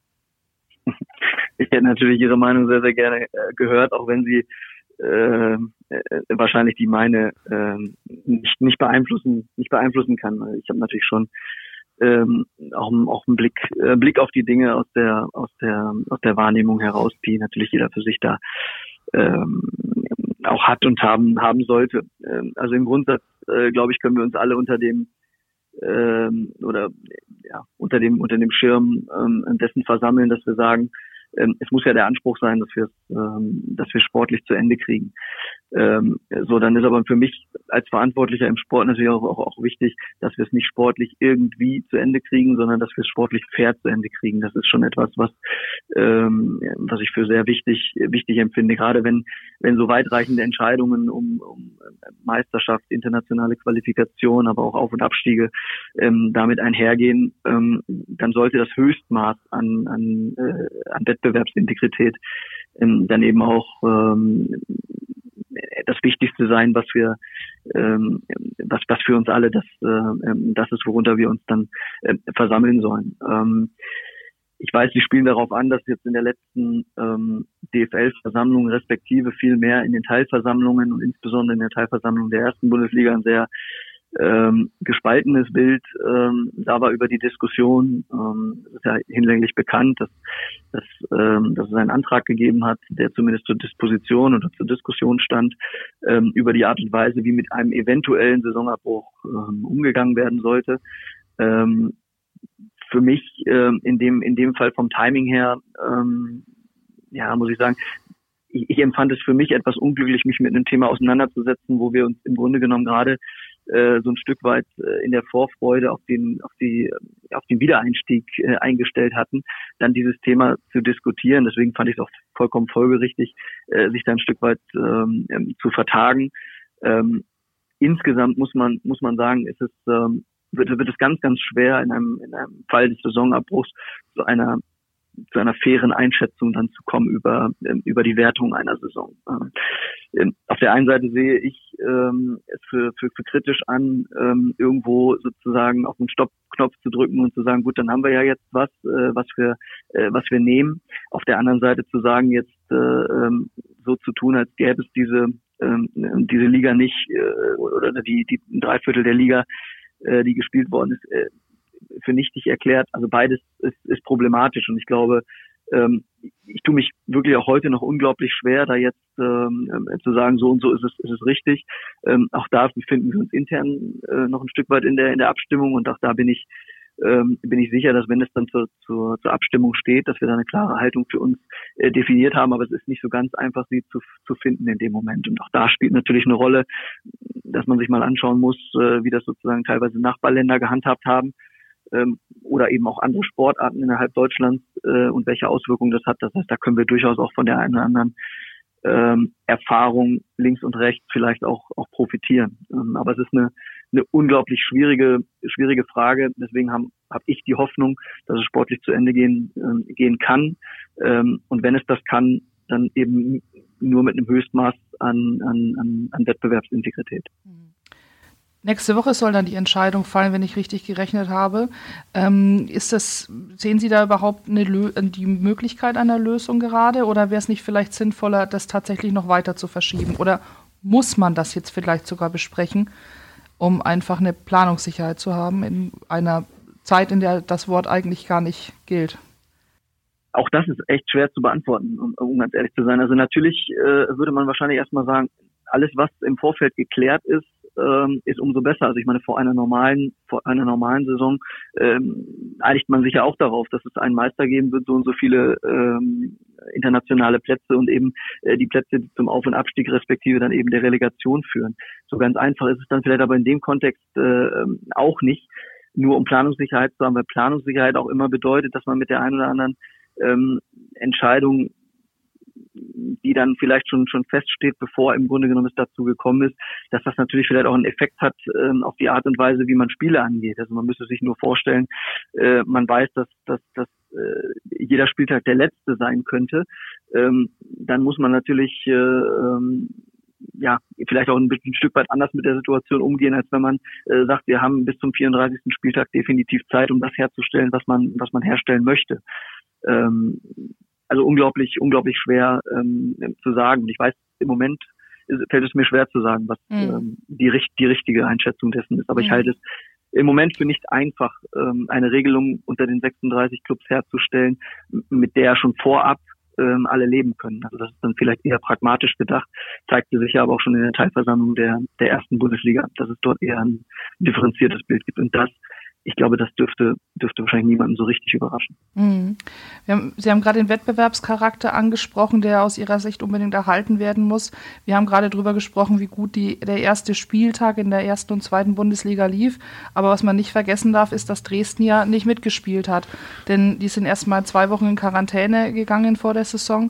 Ich hätte natürlich Ihre Meinung sehr, sehr gerne gehört, auch wenn sie wahrscheinlich die meine nicht beeinflussen kann. Ich habe natürlich schon auch einen Blick auf die Dinge aus der Wahrnehmung heraus, die natürlich jeder für sich da auch hat und haben sollte. Also im Grundsatz glaube ich, können wir uns alle unter dem Schirm dessen versammeln, dass wir sagen, es muss ja der Anspruch sein, dass wir sportlich zu Ende kriegen. Dann ist aber für mich als Verantwortlicher im Sport natürlich auch wichtig, dass wir es nicht sportlich irgendwie zu Ende kriegen, sondern dass wir es sportlich fair zu Ende kriegen. Das ist schon etwas, was ich für sehr wichtig empfinde. Gerade wenn so weitreichende Entscheidungen um Meisterschaft, internationale Qualifikation, aber auch Auf- und Abstiege damit einhergehen, dann sollte das Höchstmaß an Wettbewerbsintegrität dann eben auch das Wichtigste sein, was für uns alle das ist, worunter wir uns dann versammeln sollen. Ich weiß, Sie spielen darauf an, dass jetzt in der letzten DFL-Versammlung respektive viel mehr in den Teilversammlungen und insbesondere in der Teilversammlung der ersten Bundesliga ein sehr gespaltenes Bild da war über die Diskussion. Es ist ja hinlänglich bekannt, dass es einen Antrag gegeben hat, der zumindest zur Disposition oder zur Diskussion stand, über die Art und Weise, wie mit einem eventuellen Saisonabbruch umgegangen werden sollte. Für mich in dem Fall vom Timing her, muss ich sagen, ich empfand es für mich etwas unglücklich, mich mit einem Thema auseinanderzusetzen, wo wir uns im Grunde genommen gerade so ein Stück weit in der Vorfreude auf den Wiedereinstieg eingestellt hatten, dann dieses Thema zu diskutieren. Deswegen fand ich es auch vollkommen folgerichtig, sich da ein Stück weit zu vertagen. Insgesamt muss man sagen, wird es ganz, ganz schwer in einem Fall des Saisonabbruchs zu einer fairen Einschätzung dann zu kommen über die Wertung einer Saison. Auf der einen Seite sehe ich es für kritisch an, irgendwo sozusagen auf den Stoppknopf zu drücken und zu sagen, gut, dann haben wir ja jetzt was wir nehmen. Auf der anderen Seite zu sagen, jetzt so zu tun, als gäbe es diese Liga nicht oder die Dreiviertel der Liga, die gespielt worden ist, für nichtig erklärt. Also beides ist problematisch und ich glaube, ich tue mich wirklich auch heute noch unglaublich schwer, da jetzt zu sagen, so und so ist es richtig. Auch da befinden wir uns intern noch ein Stück weit in der Abstimmung und auch da bin ich sicher, dass wenn es dann zur Abstimmung steht, dass wir da eine klare Haltung für uns definiert haben, aber es ist nicht so ganz einfach, sie zu finden in dem Moment. Und auch da spielt natürlich eine Rolle, dass man sich mal anschauen muss, wie das sozusagen teilweise Nachbarländer gehandhabt haben. Oder eben auch andere Sportarten innerhalb Deutschlands und welche Auswirkungen das hat. Das heißt, da können wir durchaus auch von der einen oder anderen Erfahrung links und rechts vielleicht auch profitieren. Aber es ist eine unglaublich schwierige Frage. Deswegen habe ich die Hoffnung, dass es sportlich zu Ende gehen kann. Und wenn es das kann, dann eben nur mit einem Höchstmaß an Wettbewerbsintegrität. Nächste Woche soll dann die Entscheidung fallen, wenn ich richtig gerechnet habe. Sehen Sie da überhaupt die Möglichkeit einer Lösung gerade oder wäre es nicht vielleicht sinnvoller, das tatsächlich noch weiter zu verschieben? Oder muss man das jetzt vielleicht sogar besprechen, um einfach eine Planungssicherheit zu haben in einer Zeit, in der das Wort eigentlich gar nicht gilt? Auch das ist echt schwer zu beantworten, um ganz ehrlich zu sein. Also natürlich würde man wahrscheinlich erstmal sagen, alles, was im Vorfeld geklärt ist umso besser. Also ich meine, vor einer normalen Saison einigt man sich ja auch darauf, dass es einen Meister geben wird, so und so viele internationale Plätze und eben die Plätze, die zum Auf- und Abstieg respektive dann eben der Relegation führen. So ganz einfach ist es dann vielleicht aber in dem Kontext auch nicht, nur um Planungssicherheit zu haben, weil Planungssicherheit auch immer bedeutet, dass man mit der einen oder anderen Entscheidung, die dann vielleicht schon feststeht, bevor im Grunde genommen es dazu gekommen ist, dass das natürlich vielleicht auch einen Effekt hat auf die Art und Weise, wie man Spiele angeht. Also man müsste sich nur vorstellen, man weiß, dass jeder Spieltag der letzte sein könnte dann muss man natürlich vielleicht auch ein Stück weit anders mit der Situation umgehen, als wenn man sagt, wir haben bis zum 34. Spieltag definitiv Zeit, um das herzustellen, was man herstellen möchte. Also unglaublich schwer zu sagen. Und ich weiß, im Moment fällt es mir schwer zu sagen, was die richtige Einschätzung dessen ist. Aber ich halte es im Moment für nicht einfach, eine Regelung unter den 36 Clubs herzustellen, mit der schon vorab alle leben können. Also das ist dann vielleicht eher pragmatisch gedacht, zeigte sich ja aber auch schon in der Teilversammlung der ersten Bundesliga, dass es dort eher ein differenziertes Bild gibt. Und das, ich glaube, das dürfte wahrscheinlich niemanden so richtig überraschen. Sie haben gerade den Wettbewerbscharakter angesprochen, der aus Ihrer Sicht unbedingt erhalten werden muss. Wir haben gerade darüber gesprochen, wie gut der erste Spieltag in der ersten und zweiten Bundesliga lief. Aber was man nicht vergessen darf, ist, dass Dresden ja nicht mitgespielt hat. Denn die sind erst mal 2 Wochen in Quarantäne gegangen vor der Saison.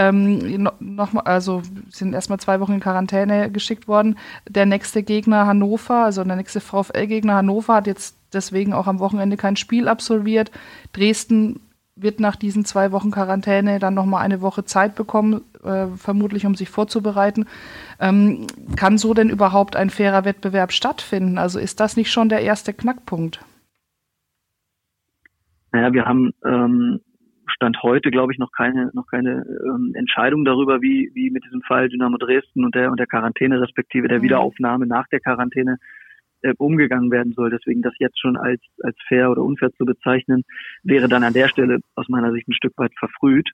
Sind erst mal 2 Wochen in Quarantäne geschickt worden. Der nächste Gegner Hannover, also der nächste VfL-Gegner Hannover, hat jetzt deswegen auch am Wochenende kein Spiel absolviert. Dresden wird nach diesen 2 Wochen Quarantäne dann nochmal eine Woche Zeit bekommen, vermutlich um sich vorzubereiten. Kann so denn überhaupt ein fairer Wettbewerb stattfinden? Also ist das nicht schon der erste Knackpunkt? Naja, wir haben Stand heute, glaube ich, noch keine Entscheidung darüber, wie mit diesem Fall Dynamo Dresden und der Quarantäne respektive der Wiederaufnahme nach der Quarantäne umgegangen werden soll. Deswegen das jetzt schon als fair oder unfair zu bezeichnen, wäre dann an der Stelle aus meiner Sicht ein Stück weit verfrüht.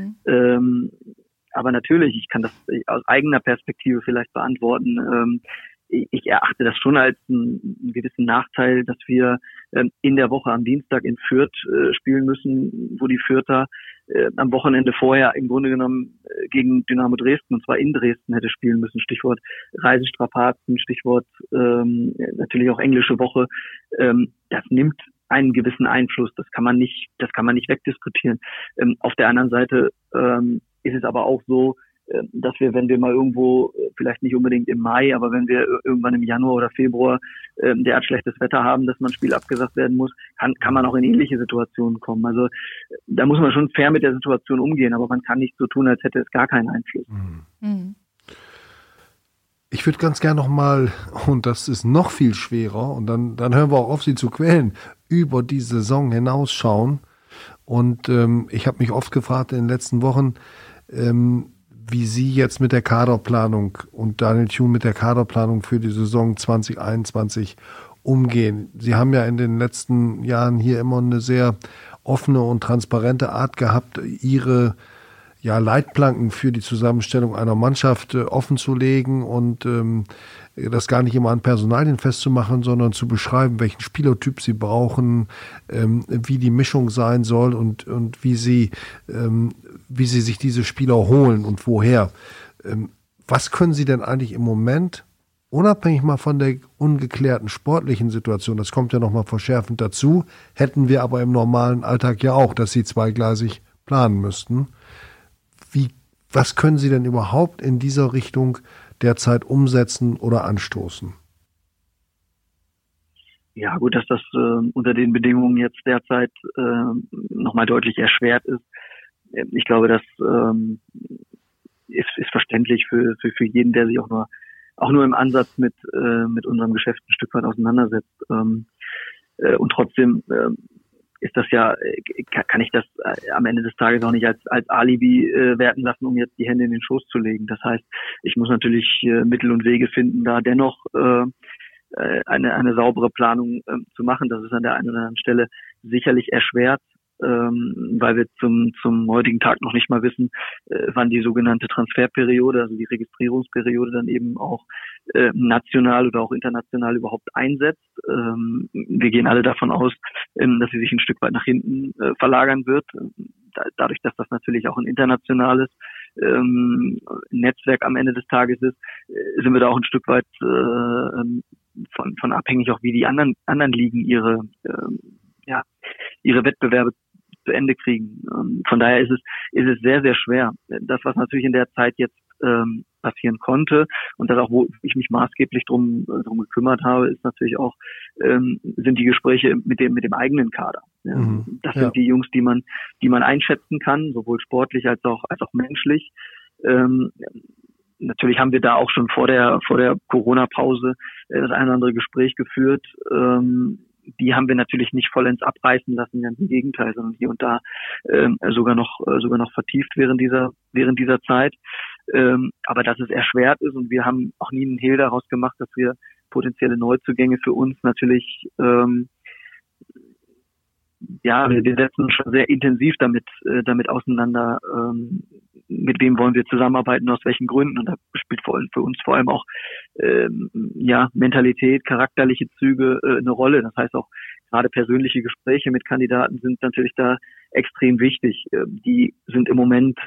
Aber natürlich, ich kann das aus eigener Perspektive vielleicht beantworten. Ich erachte das schon als einen gewissen Nachteil, dass wir in der Woche am Dienstag in Fürth spielen müssen, wo die Fürther am Wochenende vorher im Grunde genommen gegen Dynamo Dresden, und zwar in Dresden, hätte spielen müssen. Stichwort Reisestrapazen, Stichwort natürlich auch englische Woche. Das nimmt einen gewissen Einfluss. Das kann man nicht wegdiskutieren. Auf der anderen Seite ist es aber auch so, dass wir, wenn wir mal irgendwo, vielleicht nicht unbedingt im Mai, aber wenn wir irgendwann im Januar oder Februar derart schlechtes Wetter haben, dass man ein Spiel abgesagt werden muss, kann man auch in ähnliche Situationen kommen. Also da muss man schon fair mit der Situation umgehen, aber man kann nicht so tun, als hätte es gar keinen Einfluss. Ich würde ganz gerne nochmal, und das ist noch viel schwerer, und dann hören wir auch auf, Sie zu quälen, über die Saison hinausschauen. Und ich habe mich oft gefragt in den letzten Wochen, wie Sie jetzt mit der Kaderplanung und Daniel Thune mit der Kaderplanung für die Saison 2021 umgehen. Sie haben ja in den letzten Jahren hier immer eine sehr offene und transparente Art gehabt, Ihre Leitplanken für die Zusammenstellung einer Mannschaft offen zu legen und das gar nicht immer an Personalien festzumachen, sondern zu beschreiben, welchen Spielertyp Sie brauchen, wie die Mischung sein soll und wie Sie sich diese Spieler holen und woher. Was können Sie denn eigentlich im Moment, unabhängig mal von der ungeklärten sportlichen Situation, das kommt ja nochmal verschärfend dazu, hätten wir aber im normalen Alltag ja auch, dass Sie zweigleisig planen müssten. Was können Sie denn überhaupt in dieser Richtung derzeit umsetzen oder anstoßen? Ja, gut, dass das unter den Bedingungen jetzt derzeit nochmal deutlich erschwert ist. Ich glaube, das ist verständlich für jeden, der sich auch nur im Ansatz mit unserem Geschäft ein Stück weit auseinandersetzt. Und trotzdem ist das ja, kann ich das am Ende des Tages auch nicht als Alibi werten lassen, um jetzt die Hände in den Schoß zu legen. Das heißt, ich muss natürlich Mittel und Wege finden, da dennoch eine saubere Planung zu machen. Das ist an der einen oder anderen Stelle sicherlich erschwert, weil wir zum heutigen Tag noch nicht mal wissen, wann die sogenannte Transferperiode, also die Registrierungsperiode dann eben auch national oder auch international überhaupt einsetzt. Wir gehen alle davon aus, dass sie sich ein Stück weit nach hinten verlagern wird. Dadurch, dass das natürlich auch ein internationales Netzwerk am Ende des Tages ist, sind wir da auch ein Stück weit von abhängig, auch wie die anderen Ligen ihre Wettbewerbe zu Ende kriegen. Von daher ist es sehr, sehr schwer. Das, was natürlich in der Zeit jetzt passieren konnte und das auch, wo ich mich maßgeblich drum gekümmert habe, ist natürlich auch, sind die Gespräche mit dem eigenen Kader. Das sind die Jungs, die man einschätzen kann, sowohl sportlich als auch menschlich. Natürlich haben wir da auch schon vor der Corona-Pause das ein oder andere Gespräch geführt. Die haben wir natürlich nicht vollends abreißen lassen, ganz im Gegenteil, sondern hier und da sogar noch vertieft während dieser Zeit. Aber dass es erschwert ist, und wir haben auch nie einen Hehl daraus gemacht, dass wir potenzielle Neuzugänge für uns natürlich wir setzen uns schon sehr intensiv damit auseinander, mit wem wollen wir zusammenarbeiten, aus welchen Gründen. Und da spielt für uns vor allem auch Mentalität, charakterliche Züge eine Rolle. Das heißt auch gerade persönliche Gespräche mit Kandidaten sind natürlich da extrem wichtig. Die sind im Moment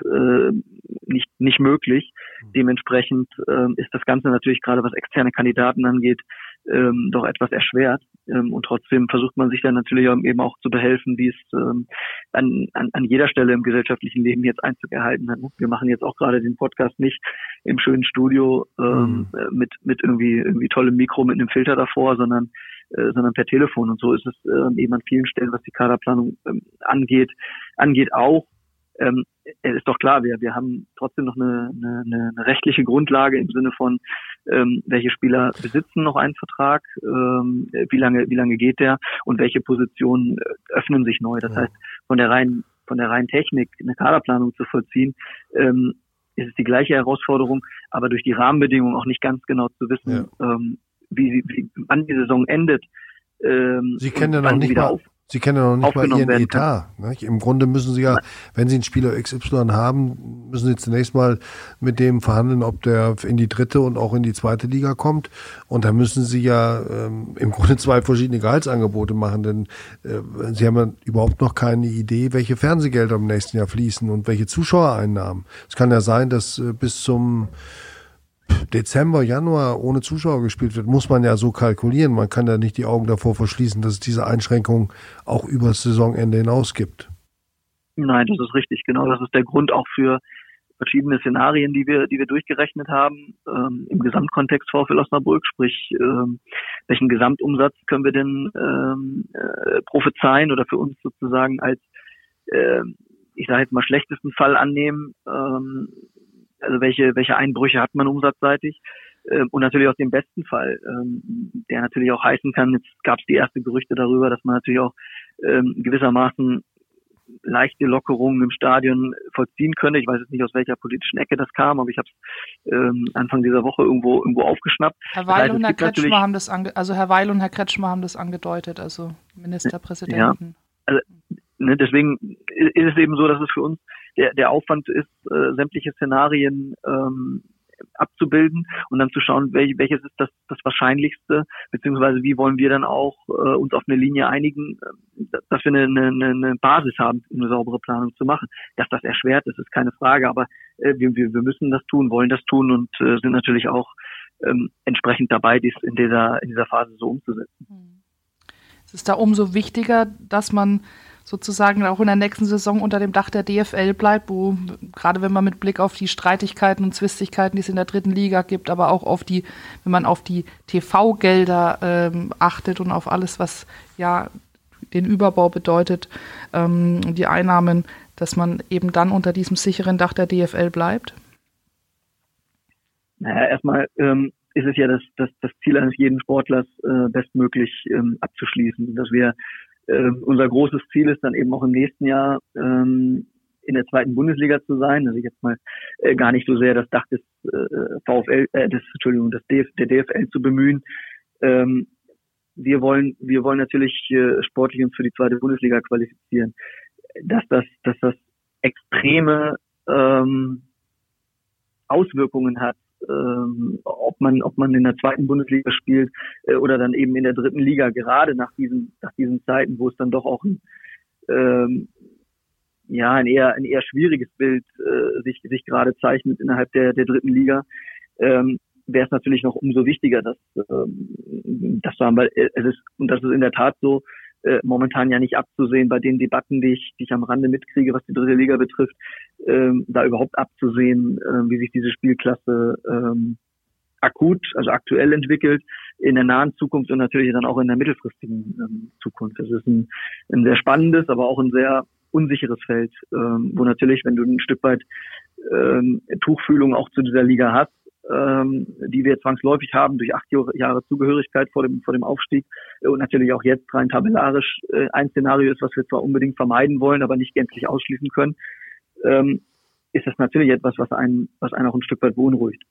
nicht möglich. Dementsprechend ist das Ganze natürlich gerade, was externe Kandidaten angeht, doch etwas erschwert. Und trotzdem versucht man sich dann natürlich eben auch zu behelfen, wie es an jeder Stelle im gesellschaftlichen Leben jetzt Einzug erhalten hat. Wir machen jetzt auch gerade den Podcast nicht im schönen Studio mit irgendwie tollem Mikro mit einem Filter davor, sondern per Telefon. Und so ist es eben an vielen Stellen, was die Kaderplanung angeht auch. Es ist doch klar, wir haben trotzdem noch eine rechtliche Grundlage im Sinne von, welche Spieler besitzen noch einen Vertrag, wie lange geht der und welche Positionen öffnen sich neu. Das heißt, von der reinen Technik eine Kaderplanung zu vollziehen, ist es die gleiche Herausforderung, aber durch die Rahmenbedingungen auch nicht ganz genau zu wissen, wann die Saison endet. Sie kennen ja noch nicht mal Ihren Etat. Nicht? Im Grunde müssen Sie ja, wenn Sie einen Spieler XY haben, müssen Sie zunächst mal mit dem verhandeln, ob der in die dritte und auch in die zweite Liga kommt. Und da müssen Sie ja im Grunde 2 verschiedene Gehaltsangebote machen, denn Sie haben ja überhaupt noch keine Idee, welche Fernsehgelder im nächsten Jahr fließen und welche Zuschauereinnahmen. Es kann ja sein, dass bis zum Dezember, Januar ohne Zuschauer gespielt wird, muss man ja so kalkulieren. Man kann ja nicht die Augen davor verschließen, dass es diese Einschränkungen auch über das Saisonende hinaus gibt. Nein, das ist richtig. Genau, das ist der Grund auch für verschiedene Szenarien, die wir durchgerechnet haben, im Gesamtkontext VfL Osnabrück, sprich, welchen Gesamtumsatz können wir denn prophezeien oder für uns sozusagen als, ich sage jetzt mal, schlechtesten Fall annehmen, also welche Einbrüche hat man umsatzseitig, und natürlich auch den besten Fall, der natürlich auch heißen kann, jetzt gab es die ersten Gerüchte darüber, dass man natürlich auch gewissermaßen leichte Lockerungen im Stadion vollziehen könne. Ich weiß jetzt nicht, aus welcher politischen Ecke das kam, aber ich habe es Anfang dieser Woche irgendwo aufgeschnappt. Herr Weil und Herr Kretschmer haben das angedeutet, also Ministerpräsidenten. Ja, also deswegen ist es eben so, dass es für uns der Aufwand ist, sämtliche Szenarien abzubilden und dann zu schauen, welches ist das Wahrscheinlichste, beziehungsweise wie wollen wir dann auch uns auf eine Linie einigen, dass wir eine Basis haben, um eine saubere Planung zu machen. Dass das erschwert ist keine Frage, aber wir müssen das tun, wollen das tun und sind natürlich auch entsprechend dabei, dies in dieser Phase so umzusetzen. Es ist da umso wichtiger, dass man sozusagen auch in der nächsten Saison unter dem Dach der DFL bleibt, wo gerade wenn man mit Blick auf die Streitigkeiten und Zwistigkeiten, die es in der dritten Liga gibt, aber auch wenn man auf die TV-Gelder achtet und auf alles, was ja den Überbau bedeutet, die Einnahmen, dass man eben dann unter diesem sicheren Dach der DFL bleibt? Naja, erstmal ist es ja das Ziel eines jeden Sportlers, bestmöglich abzuschließen, dass wir unser großes Ziel ist dann eben auch im nächsten Jahr in der zweiten Bundesliga zu sein. Also jetzt mal gar nicht so sehr das Dach des der DFL zu bemühen. Wir wollen natürlich sportlich uns für die zweite Bundesliga qualifizieren. Dass das extreme Auswirkungen hat, ob man in der zweiten Bundesliga spielt oder dann eben in der dritten Liga, gerade nach diesen Zeiten, wo es dann doch auch ein eher schwieriges Bild sich gerade zeichnet innerhalb der dritten Liga, wäre es natürlich noch umso wichtiger, dass zu haben, weil es ist, und das ist in der Tat so, momentan ja nicht abzusehen bei den Debatten, die ich am Rande mitkriege, was die dritte Liga betrifft, da überhaupt abzusehen, wie sich diese Spielklasse akut, also aktuell entwickelt, in der nahen Zukunft und natürlich dann auch in der mittelfristigen Zukunft. Das ist ein sehr spannendes, aber auch ein sehr unsicheres Feld, wo natürlich, wenn du ein Stück weit Tuchfühlung auch zu dieser Liga hast, die wir zwangsläufig haben durch 8 Jahre Zugehörigkeit vor dem Aufstieg und natürlich auch jetzt rein tabellarisch ein Szenario ist, was wir zwar unbedingt vermeiden wollen, aber nicht gänzlich ausschließen können, ist das natürlich etwas, was einen auch ein Stück weit beunruhigt.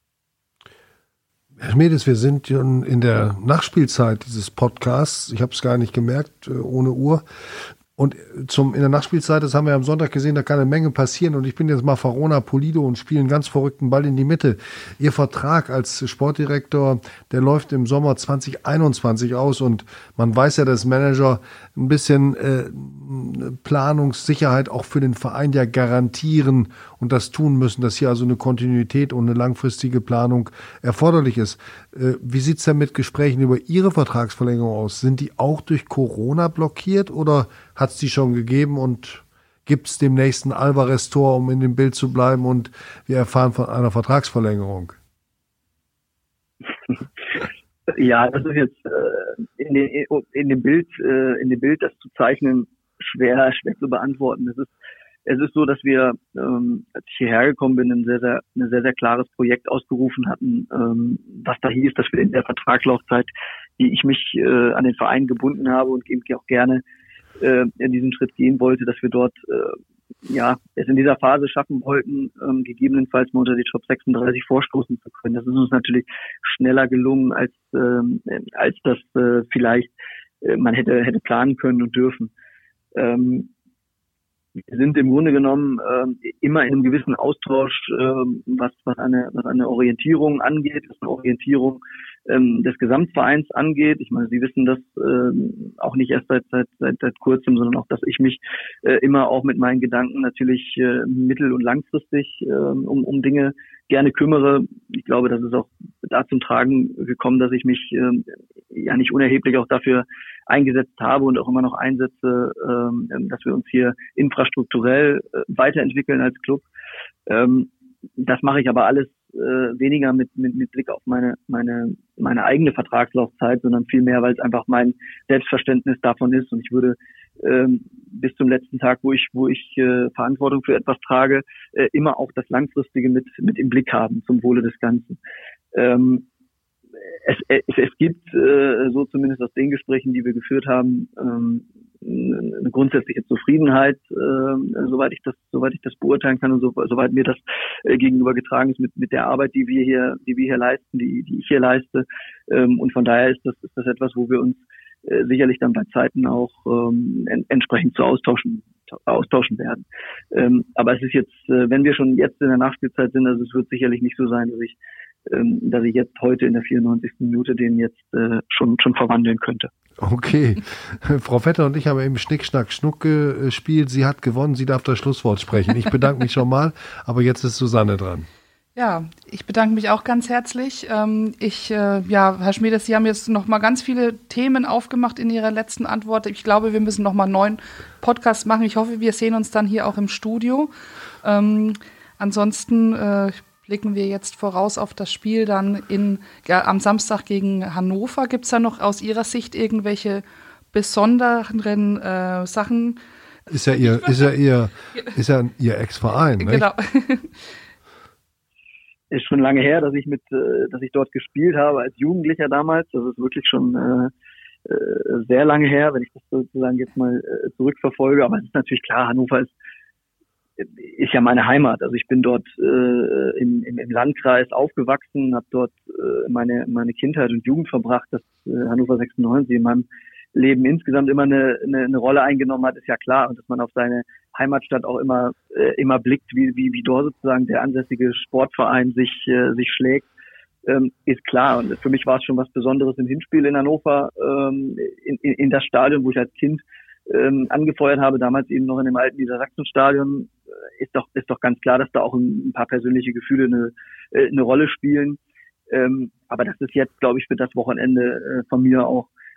Herr Schmedes, wir sind in der Nachspielzeit dieses Podcasts. Ich habe es gar nicht gemerkt, ohne Uhr. Und in der Nachspielzeit, das haben wir am Sonntag gesehen, da kann eine Menge passieren. Und ich bin jetzt mal Farona Pulido und spiele einen ganz verrückten Ball in die Mitte. Ihr Vertrag als Sportdirektor, der läuft im Sommer 2021 aus. Und man weiß ja, dass Manager ein bisschen Planungssicherheit auch für den Verein ja garantieren und das tun müssen, dass hier also eine Kontinuität und eine langfristige Planung erforderlich ist. Wie sieht's denn mit Gesprächen über Ihre Vertragsverlängerung aus? Sind die auch durch Corona blockiert oder hat es die schon gegeben und gibt es demnächst ein Alvarez-Tor, um in dem Bild zu bleiben und wir erfahren von einer Vertragsverlängerung? Ja, das ist jetzt in dem Bild das zu zeichnen schwer zu beantworten. Es ist so, dass wir, als ich hierher gekommen bin, ein sehr, sehr klares Projekt ausgerufen hatten, was da hieß, dass wir in der Vertragslaufzeit, die ich mich an den Verein gebunden habe und eben auch gerne in diesen Schritt gehen wollte, dass wir dort es in dieser Phase schaffen wollten, gegebenenfalls mal unter die Top 36 vorstoßen zu können. Das ist uns natürlich schneller gelungen, als das vielleicht man hätte planen können und dürfen. Wir sind im Grunde genommen immer in einem gewissen Austausch, was eine Orientierung angeht, was eine Orientierung des Gesamtvereins angeht. Ich meine, Sie wissen das auch nicht erst seit kurzem, sondern auch, dass ich mich immer auch mit meinen Gedanken natürlich mittel- und langfristig um Dinge gerne kümmere. Ich glaube, das ist auch da zum Tragen gekommen, dass ich mich nicht unerheblich auch dafür eingesetzt habe und auch immer noch einsetze, dass wir uns hier infrastrukturell weiterentwickeln als Club. Das mache ich aber alles weniger mit Blick auf meine eigene Vertragslaufzeit, sondern vielmehr, weil es einfach mein Selbstverständnis davon ist. Und ich würde bis zum letzten Tag, wo ich Verantwortung für etwas trage, immer auch das Langfristige mit im Blick haben zum Wohle des Ganzen. Es gibt, so zumindest aus den Gesprächen, die wir geführt haben, eine grundsätzliche Zufriedenheit, soweit ich das beurteilen kann und soweit mir das gegenüber getragen ist mit der Arbeit, die wir hier leisten, die ich hier leiste. Und von daher ist das etwas, wo wir uns sicherlich dann bei Zeiten auch entsprechend zu austauschen werden. Aber es ist jetzt, wenn wir schon jetzt in der Nachspielzeit sind, also es wird sicherlich nicht so sein, dass ich jetzt heute in der 94. Minute den jetzt schon verwandeln könnte. Okay. Frau Vetter und ich haben eben Schnick, Schnack, Schnuck gespielt. Sie hat gewonnen, sie darf das Schlusswort sprechen. Ich bedanke mich schon mal, aber jetzt ist Susanne dran. Ja, ich bedanke mich auch ganz herzlich. Herr Schmedes, Sie haben jetzt noch mal ganz viele Themen aufgemacht in Ihrer letzten Antwort. Ich glaube, wir müssen noch mal einen neuen Podcast machen. Ich hoffe, wir sehen uns dann hier auch im Studio. Ansonsten blicken wir jetzt voraus auf das Spiel dann am Samstag gegen Hannover. Gibt es da noch aus Ihrer Sicht irgendwelche besonderen Sachen? Ist ja Ihr Ex-Verein, nicht? Genau. Ist schon lange her, dass ich dort gespielt habe als Jugendlicher damals. Das ist wirklich schon sehr lange her, wenn ich das sozusagen jetzt mal zurückverfolge. Aber es ist natürlich klar, Hannover ist ja meine Heimat. Also ich bin dort im Landkreis aufgewachsen, habe dort meine Kindheit und Jugend verbracht. Dass Hannover 96 in meinem Leben insgesamt immer eine Rolle eingenommen hat, ist ja klar. Und dass man auf seine Heimatstadt auch immer blickt, wie dort sozusagen der ansässige Sportverein sich schlägt, ist klar. Und für mich war es schon was Besonderes im Hinspiel in Hannover, in das Stadion, wo ich als Kind angefeuert habe, damals eben noch in dem alten Niedersachsenstadion. Ist doch ganz klar, dass da auch ein paar persönliche Gefühle eine Rolle spielen. Aber das ist jetzt, glaube ich, für das Wochenende von mir auch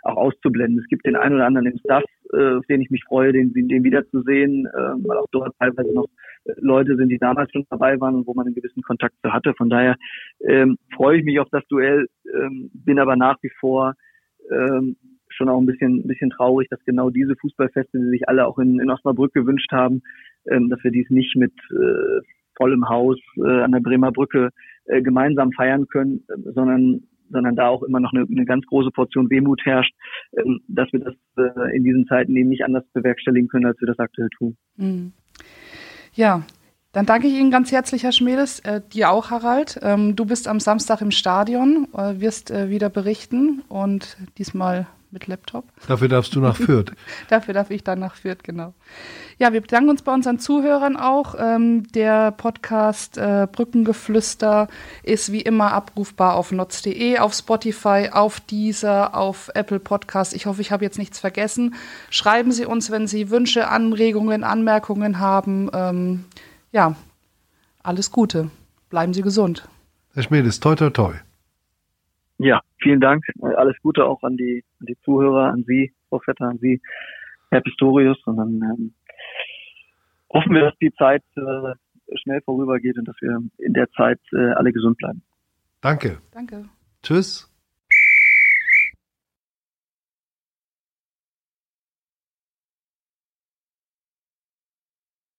auch auszublenden. Es gibt den einen oder anderen im Staff, auf den ich mich freue, den wiederzusehen, weil auch dort teilweise noch Leute sind, die damals schon dabei waren und wo man einen gewissen Kontakt zu hatte. Von daher freue ich mich auf das Duell, bin aber nach wie vor schon auch ein bisschen traurig, dass genau diese Fußballfeste, die sich alle auch in Osnabrück gewünscht haben, dass wir dies nicht mit vollem Haus an der Bremer Brücke gemeinsam feiern können, sondern da auch immer noch eine ganz große Portion Wehmut herrscht, dass wir das in diesen Zeiten eben nicht anders bewerkstelligen können, als wir das aktuell tun. Ja, dann danke ich Ihnen ganz herzlich, Herr Schmedes, dir auch, Harald. Du bist am Samstag im Stadion, wirst wieder berichten und diesmal mit Laptop. Dafür darfst du nach Fürth. Dafür darf ich dann nach Fürth, genau. Ja, wir bedanken uns bei unseren Zuhörern auch. Der Podcast Brückengeflüster ist wie immer abrufbar auf notz.de, auf Spotify, auf Deezer, auf Apple Podcast. Ich hoffe, ich habe jetzt nichts vergessen. Schreiben Sie uns, wenn Sie Wünsche, Anregungen, Anmerkungen haben. Ja, alles Gute. Bleiben Sie gesund. Herr Schmedes, toi, toi, toi. Ja, vielen Dank. Alles Gute auch an die Zuhörer, an Sie, Frau Vetter, an Sie, Herr Pistorius. Und dann hoffen wir, dass die Zeit schnell vorübergeht und dass wir in der Zeit alle gesund bleiben. Danke. Danke. Tschüss.